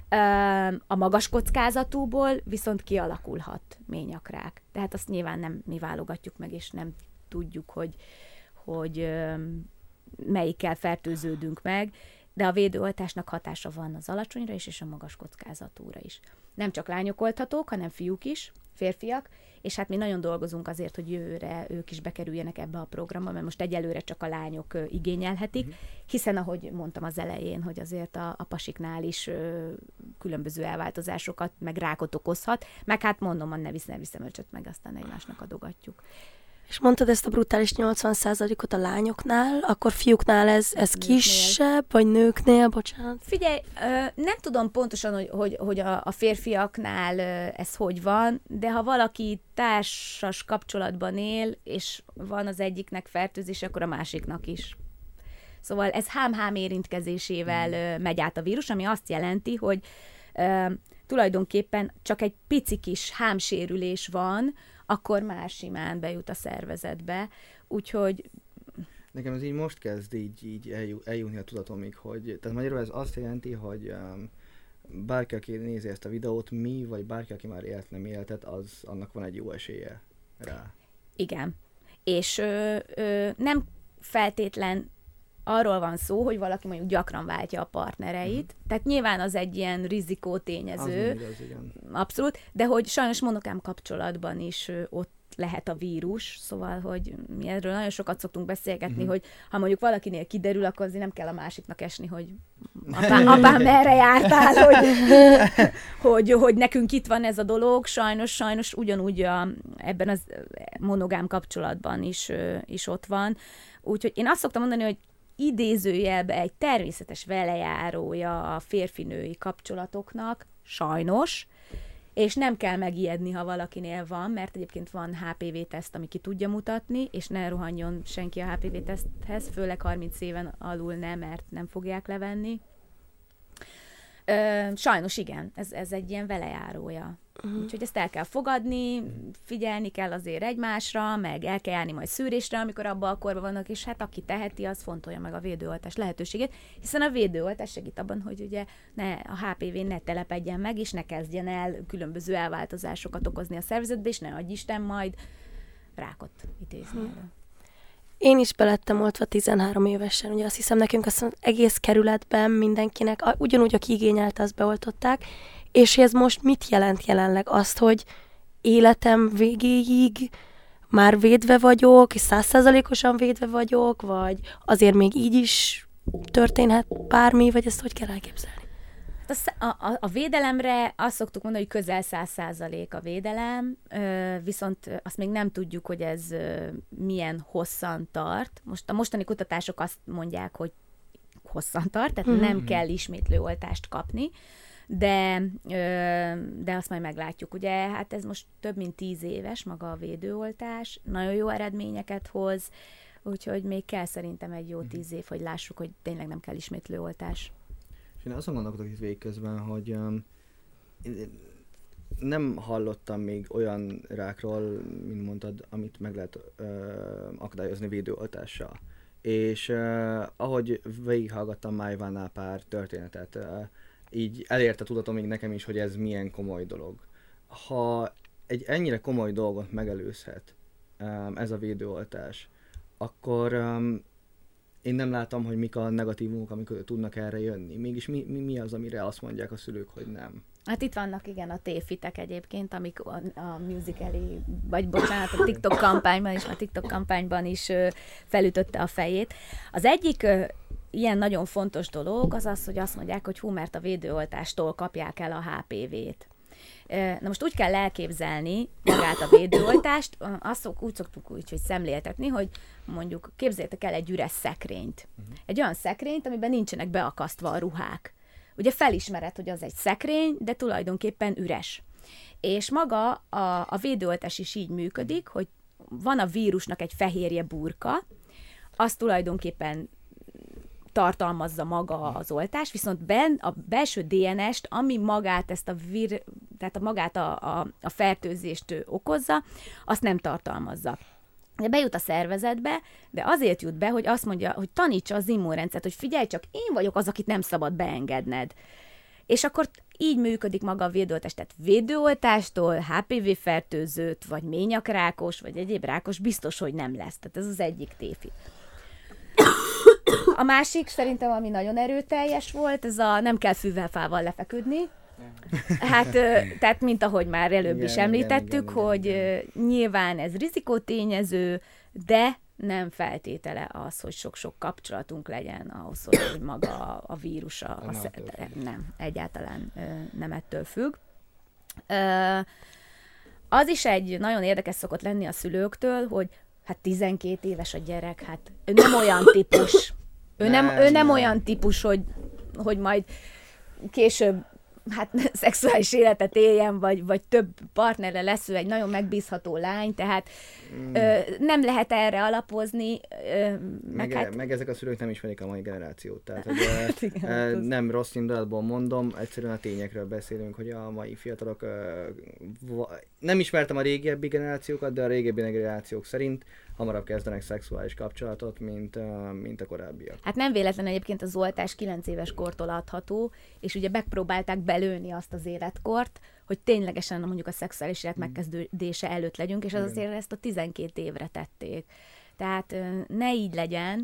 Uh, a magas kockázatúból viszont kialakulhat ményakrák. Tehát azt nyilván nem mi válogatjuk meg, és nem tudjuk, hogy, hogy uh, melyikkel fertőződünk meg, de a védőoltásnak hatása van az alacsonyra is, és a magas kockázatúra is. Nem csak lányok olthatók, hanem fiúk is, férfiak, és hát mi nagyon dolgozunk azért, hogy jövőre ők is bekerüljenek ebbe a programba, mert most egyelőre csak a lányok ö, igényelhetik, uh-huh. hiszen ahogy mondtam az elején, hogy azért a, a pasiknál is ö, különböző elváltozásokat, meg rákot okozhat, meg hát mondom, a nevis neviszemölcsöt meg aztán egymásnak adogatjuk. És mondtad ezt a brutális nyolcvan százalékot a lányoknál, akkor fiúknál ez, ez kisebb, vagy nőknél, bocsánat? Figyelj, nem tudom pontosan, hogy, hogy, hogy a, a férfiaknál ez hogy van, de ha valaki társas kapcsolatban él, és van az egyiknek fertőzés, akkor a másiknak is. Szóval ez hám-hám érintkezésével hmm. megy át a vírus, ami azt jelenti, hogy uh, tulajdonképpen csak egy pici kis hámsérülés van, akkor már simán bejut a szervezetbe. Úgyhogy... Nekem ez így most kezd így, így eljutni a tudatomig, hogy... Tehát magyarul ez azt jelenti, hogy um, bárki, aki nézi ezt a videót, mi, vagy bárki, aki már élt, nem életet, az annak van egy jó esélye rá. Igen. És ö, ö, nem feltétlen arról van szó, hogy valaki mondjuk gyakran váltja a partnereit, uh-huh. tehát nyilván az egy ilyen rizikó tényező, igaz, igen. abszolút, de hogy sajnos monogám kapcsolatban is ott lehet a vírus, szóval, hogy mi erről nagyon sokat szoktunk beszélgetni, uh-huh. hogy ha mondjuk valakinél kiderül, akkor azért nem kell a másiknak esni, hogy apám, apám merre jártál, hogy, hogy, hogy nekünk itt van ez a dolog, sajnos, sajnos ugyanúgy a, ebben az monogám kapcsolatban is, is ott van. Úgyhogy én azt szoktam mondani, hogy idézőjelben egy természetes velejárója a férfi-női kapcsolatoknak, sajnos, és nem kell megijedni, ha valakinél van, mert egyébként van há pé vé-teszt, ami ki tudja mutatni, és ne rohanjon senki a há pé vé-teszthez, főleg harminc éven alul nem, mert nem fogják levenni. Ö, sajnos igen, ez, ez egy ilyen velejárója. Uh-huh. Úgyhogy ezt el kell fogadni, figyelni kell azért egymásra, meg el kell járni majd szűrésre, amikor abban a korban vannak, és hát aki teheti, az fontolja meg a védőoltás lehetőségét, hiszen a védőoltás segít abban, hogy ugye ne, a há pé vé ne telepedjen meg, és ne kezdjen el különböző elváltozásokat okozni a szervezetbe, és ne adj Isten majd rákot idézni elő. Uh-huh. Én is belettem oltva tizenhárom évesen, ugye azt hiszem nekünk azt az egész kerületben mindenkinek, ugyanúgy aki igényelte, azt beoltották, és ez most mit jelent jelenleg? Azt, hogy életem végéig már védve vagyok, és százszázalékosan védve vagyok, vagy azért még így is történhet bármi, vagy ezt hogy kell elképzelni? A, a, a védelemre azt szoktuk mondani, hogy közel száz százalék a védelem, viszont azt még nem tudjuk, hogy ez milyen hosszan tart. Most a mostani kutatások azt mondják, hogy hosszan tart, tehát mm-hmm. nem kell ismétlőoltást kapni, de, de azt majd meglátjuk. Ugye, hát ez most több mint tíz éves maga a védőoltás, nagyon jó eredményeket hoz, úgyhogy még kell szerintem egy jó tíz év, hogy lássuk, hogy tényleg nem kell ismétlőoltás. És én azon gondolkodok itt végközben, hogy um, nem hallottam még olyan rákról, mint mondtad, amit meg lehet uh, akadályozni védőoltással. És uh, ahogy végighallgattam Májvánál pár történetet, uh, így elérte tudatomig nekem is, hogy ez milyen komoly dolog. Ha egy ennyire komoly dolgot megelőzhet um, ez a védőoltás, akkor um, én nem látom, hogy mik a negatívumok, amik tudnak erre jönni. Mégis mi, mi, mi az, amire azt mondják a szülők, hogy nem? Hát itt vannak, igen, a téfitek egyébként, amik a, a musicali, vagy bocsánat, a TikTok kampányban is, a TikTok kampányban is ö, felütötte a fejét. Az egyik ö, ilyen nagyon fontos dolog az az, hogy azt mondják, hogy hú, mert a védőoltástól kapják el a há pé vét. Na most úgy kell elképzelni magát a védőoltást, azt szok, úgy szoktuk úgy, hogy szemléltetni, hogy mondjuk képzeljétek el egy üres szekrényt. Uh-huh. Egy olyan szekrényt, amiben nincsenek beakasztva a ruhák. Ugye felismered, hogy az egy szekrény, de tulajdonképpen üres. És maga a, a védőoltás is így működik, hogy van a vírusnak egy fehérje burka, az tulajdonképpen tartalmazza maga az oltás, viszont ben, a belső dé en est, ami magát ezt a vír, tehát a magát a, a, a fertőzést okozza, azt nem tartalmazza. De bejut a szervezetbe, de azért jut be, hogy azt mondja, hogy tanítsa az immunrendszert, hogy figyelj csak, én vagyok az, akit nem szabad beengedned. És akkor így működik maga a védőoltás. Tehát védőoltástól há pé vé fertőzőt, vagy ményakrákos, vagy egyéb rákos biztos, hogy nem lesz. Tehát ez az egyik tévhit. A másik szerintem, ami nagyon erőteljes volt, ez a nem kell fűvel-fával lefeküdni. Hát, tehát mint ahogy már előbb igen, is említettük, igen, igen, hogy igen. Nyilván ez rizikótényező, de nem feltétele az, hogy sok-sok kapcsolatunk legyen ahhoz, hogy maga a vírus a, a szer... nem, egyáltalán nem ettől függ. Az is egy nagyon érdekes szokott lenni a szülőktől, hogy hát tizenkét éves a gyerek, hát ő nem olyan típus, ő nem, nem, ő nem, nem olyan típus, hogy, hogy majd később hát szexuális életet éljen, vagy, vagy több partnerre lesz, ő egy nagyon megbízható lány, tehát mm. ö, nem lehet erre alapozni. Ö, meg, meg, hát... meg ezek a szülők nem ismerik a mai generációt, tehát hogy, igen, ö, nem rossz indulatból mondom, egyszerűen a tényekről beszélünk, hogy a mai fiatalok ö, va, nem ismertem a régebbi generációkat, de a régebbi generációk szerint hamarabb kezdenek szexuális kapcsolatot, mint, uh, mint a korábbiak. Hát nem véletlen egyébként az oltás kilenc éves kortól adható, és ugye megpróbálták belőni azt az életkort, hogy ténylegesen mondjuk a szexuális élet megkezdése előtt legyünk, és az azért ezt a tizenkét évre tették. Tehát ne így legyen,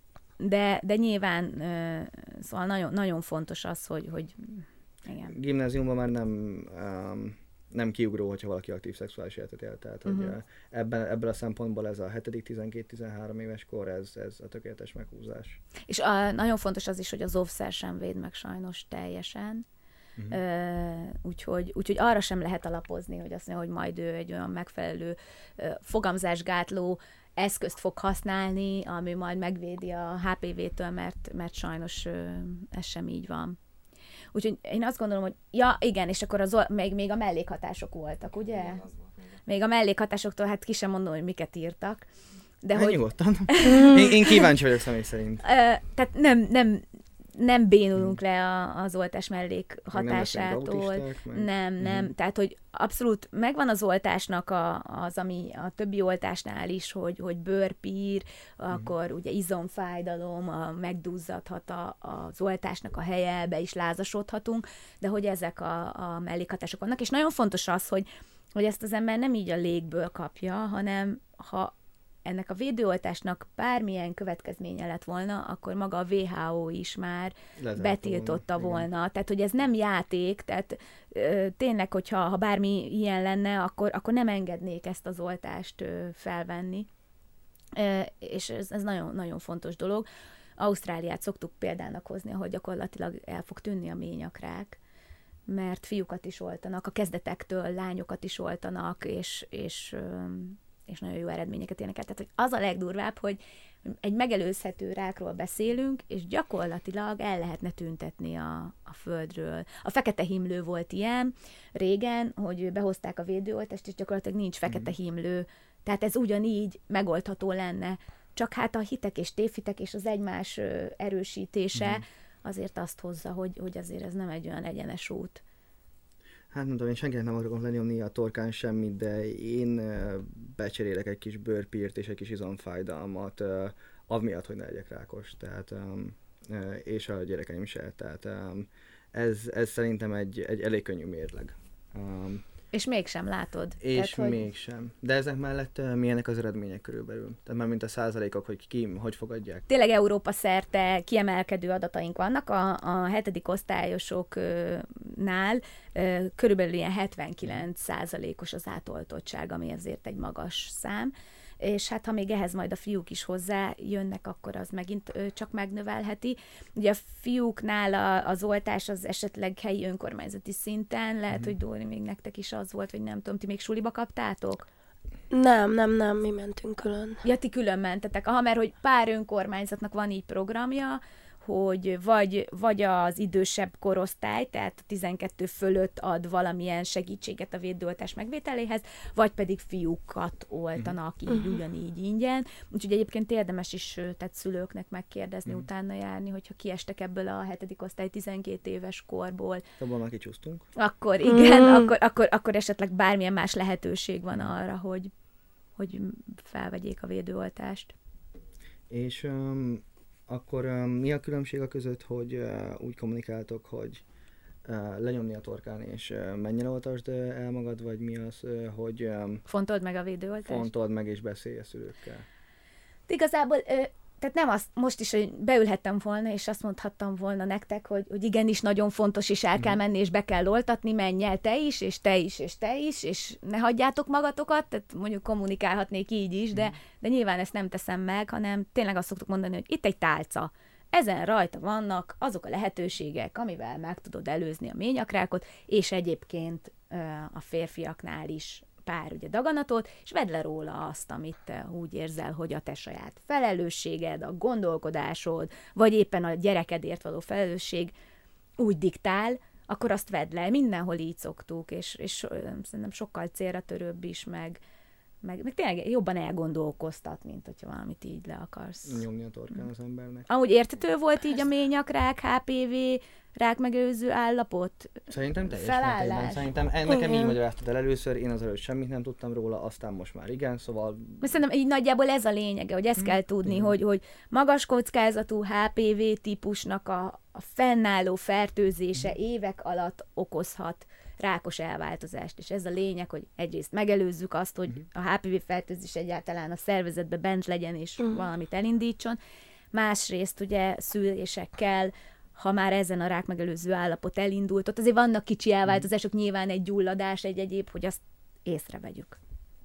de, de nyilván szóval nagyon, nagyon fontos az, hogy, hogy igen. Gimnáziumban már nem... Um, nem kiugró, hogyha valaki aktív szexuális életet él. Tehát, uh-huh. hogy ebben, ebből a szempontból ez a hetedik tizenkét-tizenhárom éves kor, ez, ez a tökéletes meghúzás. És a, nagyon fontos az is, hogy az óvszer sem véd meg sajnos teljesen. Uh-huh. Uh, úgyhogy, úgyhogy arra sem lehet alapozni, hogy azt mondja, hogy majd ő egy olyan megfelelő uh, fogamzásgátló eszközt fog használni, ami majd megvédi a há pé vé-től, mert, mert sajnos uh, ez sem így van. Úgyhogy én azt gondolom, hogy ja, igen, és akkor az, még, még a mellékhatások voltak, ugye? Igen, az volt még. Még a mellékhatásoktól, hát ki sem mondom, hogy miket írtak. De hát hogy... nyugodtan. én, én kíváncsi vagyok személy szerint. Uh, tehát nem, nem, nem bénulunk hmm. le a, az oltás mellékhatásától. Nem, meg... nem, nem. Hmm. Tehát, hogy abszolút megvan az oltásnak a, az, ami a többi oltásnál is, hogy, hogy bőrpír, hmm. akkor ugye izomfájdalom, a, megduzzadhat a, az oltásnak a helye, be is lázasodhatunk, de hogy ezek a, a mellékhatások vannak. És nagyon fontos az, hogy, hogy ezt az ember nem így a légből kapja, hanem ha ennek a védőoltásnak bármilyen következménye lett volna, akkor maga a vé há ó is már Lezárt betiltotta volna. volna. Tehát, hogy ez nem játék, tehát ö, tényleg, hogyha ha bármi ilyen lenne, akkor, akkor nem engednék ezt az oltást ö, felvenni. Ö, és ez, ez nagyon, nagyon fontos dolog. Ausztráliát szoktuk példának hozni, ahol gyakorlatilag el fog tűnni a ményakrák, mert fiúkat is oltanak, a kezdetektől lányokat is oltanak, és, és ö, és nagyon jó eredményeket érnek el. Tehát, hogy az a legdurvább, hogy egy megelőzhető rákról beszélünk, és gyakorlatilag el lehetne tüntetni a, a földről. A fekete himlő volt ilyen régen, hogy behozták a védőoltást, és gyakorlatilag nincs fekete himlő. Tehát ez ugyanígy megoldható lenne. Csak hát a hitek és tévhitek és az egymás erősítése azért azt hozza, hogy, hogy azért ez nem egy olyan egyenes út. Hát nem tudom, én senkinek nem akarok lenyomni a torkán semmit, de én becserélek egy kis bőrpírt és egy kis izomfájdalmat, amiatt, hogy ne legyek rákos, tehát, és a gyerekeim se. Tehát ez, ez szerintem egy, egy elég könnyű mérleg. És mégsem látod. És Tehát, hogy... mégsem. De ezek mellett uh, milyenek az eredmények körülbelül? Tehát már mint a százalékok, hogy ki, hogy fogadják? Tényleg Európa szerte kiemelkedő adataink vannak. A, a hetedik osztályosoknál ö, körülbelül ilyen hetvenkilenc százalékos az átoltottság, ami azért egy magas szám. És hát ha még ehhez majd a fiúk is hozzá jönnek, akkor az megint ö, csak megnövelheti. Ugye a fiúknál a, az oltás az esetleg helyi önkormányzati szinten, lehet, mm. hogy Dóri, még nektek is az volt, vagy nem tudom, ti még suliba kaptátok? Nem, nem, nem, mi mentünk külön. Ja, ti külön mentetek. Aha, mert hogy pár önkormányzatnak van így programja, hogy vagy, vagy az idősebb korosztály, tehát a tizenkettő fölött ad valamilyen segítséget a védőoltás megvételéhez, vagy pedig fiúkat oltanak így, uh-huh. ugyanígy ingyen. Úgyhogy egyébként érdemes is tehát szülőknek megkérdezni, uh-huh. utána járni, hogyha kiestek ebből a hetedik osztály tizenkét éves korból. Abban már kicsúsztunk. Akkor igen, uh-huh. akkor, akkor, akkor esetleg bármilyen más lehetőség van arra, hogy, hogy felvegyék a védőoltást. És... Um... Akkor um, mi a különbség a között, hogy uh, úgy kommunikáltok, hogy uh, lenyomni a torkán és uh, mennyire oltasd el magad, vagy mi az, uh, hogy um, fontold meg a védőoltást? Fontold meg és beszélj a szülőkkel. De igazából, ö, tehát nem azt, most is, hogy beülhettem volna, és azt mondhattam volna nektek, hogy, hogy igenis nagyon fontos, és el kell menni, és be kell oltatni, menj el te is, és te is, és te is, és ne hagyjátok magatokat, tehát mondjuk kommunikálhatnék így is, de, de nyilván ezt nem teszem meg, hanem tényleg azt szoktuk mondani, hogy itt egy tálca. Ezen rajta vannak azok a lehetőségek, amivel meg tudod előzni a ményakrákot, és egyébként ö, a férfiaknál is pár ugye daganatot, és vedd le róla azt, amit te úgy érzel, hogy a te saját felelősséged, a gondolkodásod, vagy éppen a gyerekedért való felelősség úgy diktál, akkor azt vedd le. Mindenhol így szoktuk, és, és szerintem sokkal célra törőbb is, meg, meg, meg tényleg jobban elgondolkoztat, mint hogyha valamit így le akarsz nyomni a torkán az embernek. Amúgy érthető volt így a ményakrák, há pé vé, rákmegelőző állapot? Szerintem teljes mértékben. Szerintem nekem így magyaráztad el először, én az előtt semmit nem tudtam róla, aztán most már igen, szóval... Szerintem így nagyjából ez a lényege, hogy ezt hmm. kell tudni, hmm. hogy, hogy magas kockázatú há pé vé típusnak a, a fennálló fertőzése hmm. évek alatt okozhat rákos elváltozást, és ez a lényeg, hogy egyrészt megelőzzük azt, hogy hmm. a há pé vé fertőzés egyáltalán a szervezetbe bent legyen, és hmm. valamit elindítson. Másrészt ugye szülésekkel, ha már ezen a rákmegelőző állapot elindult, ott azért vannak kicsi elváltozások, nyilván egy gyulladás, egy egyéb, hogy azt észrevegyük.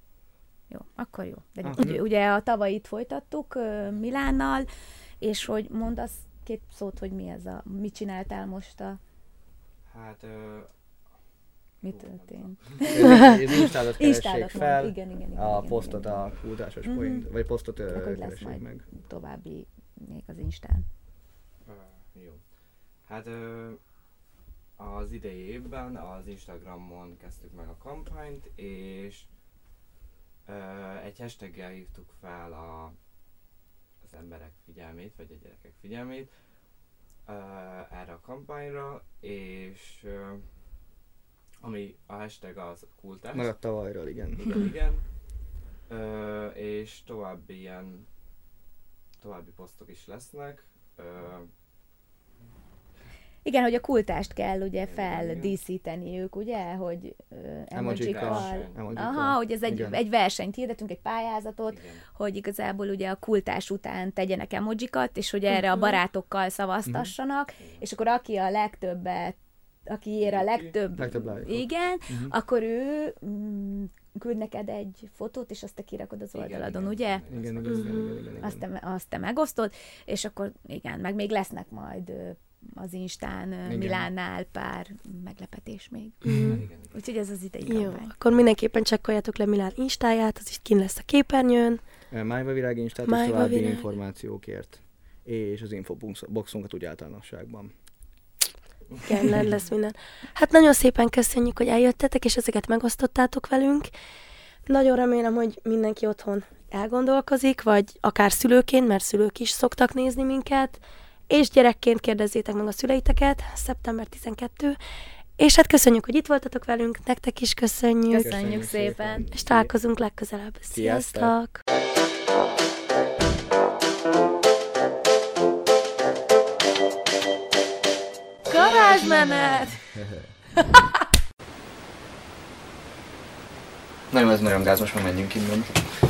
Jó, akkor jó. De ah, ugye, ugye a tavalyit folytattuk uh, Milánnal, és hogy mondasz két szót, hogy mi ez a, mit csináltál most a... Hát... Uh... Mi történt? Az Instádat keressék fel, igen, igen, igen, a igen, posztot igen, a kultásos igen. point, uh-huh. vagy posztot uh, hogy lesz keressék majd meg. További még az Instán. Uh, jó. Hát uh, az idei évben az Instagramon kezdtük meg a kampányt, és uh, egy hashtaggel hívtuk fel a, az emberek figyelmét, vagy a gyerekek figyelmét uh, erre a kampányra, és uh, ami a hashtag az kultás. Maradt tavalyról, igen. Igen, igen. Uh, és további ilyen további posztok is lesznek. Uh, Igen, hogy a kultást kell ugye feldíszíteni ők, ugye, hogy uh, emojikkal. Aha, hogy ez egy, egy versenyt hirdetünk, egy pályázatot, igen. hogy igazából ugye a kultás után tegyenek emojikat, és hogy erre a barátokkal szavaztassanak, uh-huh. és akkor aki a legtöbbet, aki ér a legtöbb, legtöbb igen, uh-huh. akkor ő mm, küld neked egy fotót, és azt te kirakod az oldaladon, igen, ugye? Igen, igen, igen, igen, igen, igen, igen. Azt, te, azt te megosztod, és akkor igen, meg még lesznek majd az Instán igen. Milánnál pár meglepetés még. Mm. Úgyhogy ez az idei Jó, kampány. akkor mindenképpen csekkoljátok le Milán Instáját, az is kint lesz a képernyőn. Májva Virág Instát és további információkért, és az infoboxunkat úgy általánosságban. Igen, lesz minden. Hát nagyon szépen köszönjük, hogy eljöttetek, és ezeket megosztottátok velünk. Nagyon remélem, hogy mindenki otthon elgondolkozik, vagy akár szülőként, mert szülők is szoktak nézni minket, és gyerekként kérdezzétek meg a szüleiteket, szeptember tizenkettő. És hát köszönjük, hogy itt voltatok velünk, nektek is köszönjük. Köszönjük, köszönjük szépen. szépen. És találkozunk legközelebb. Sziasztok! Sziasztok. Garázsmenet! Na jó, ez nagyon gáz, most már menjünk innen.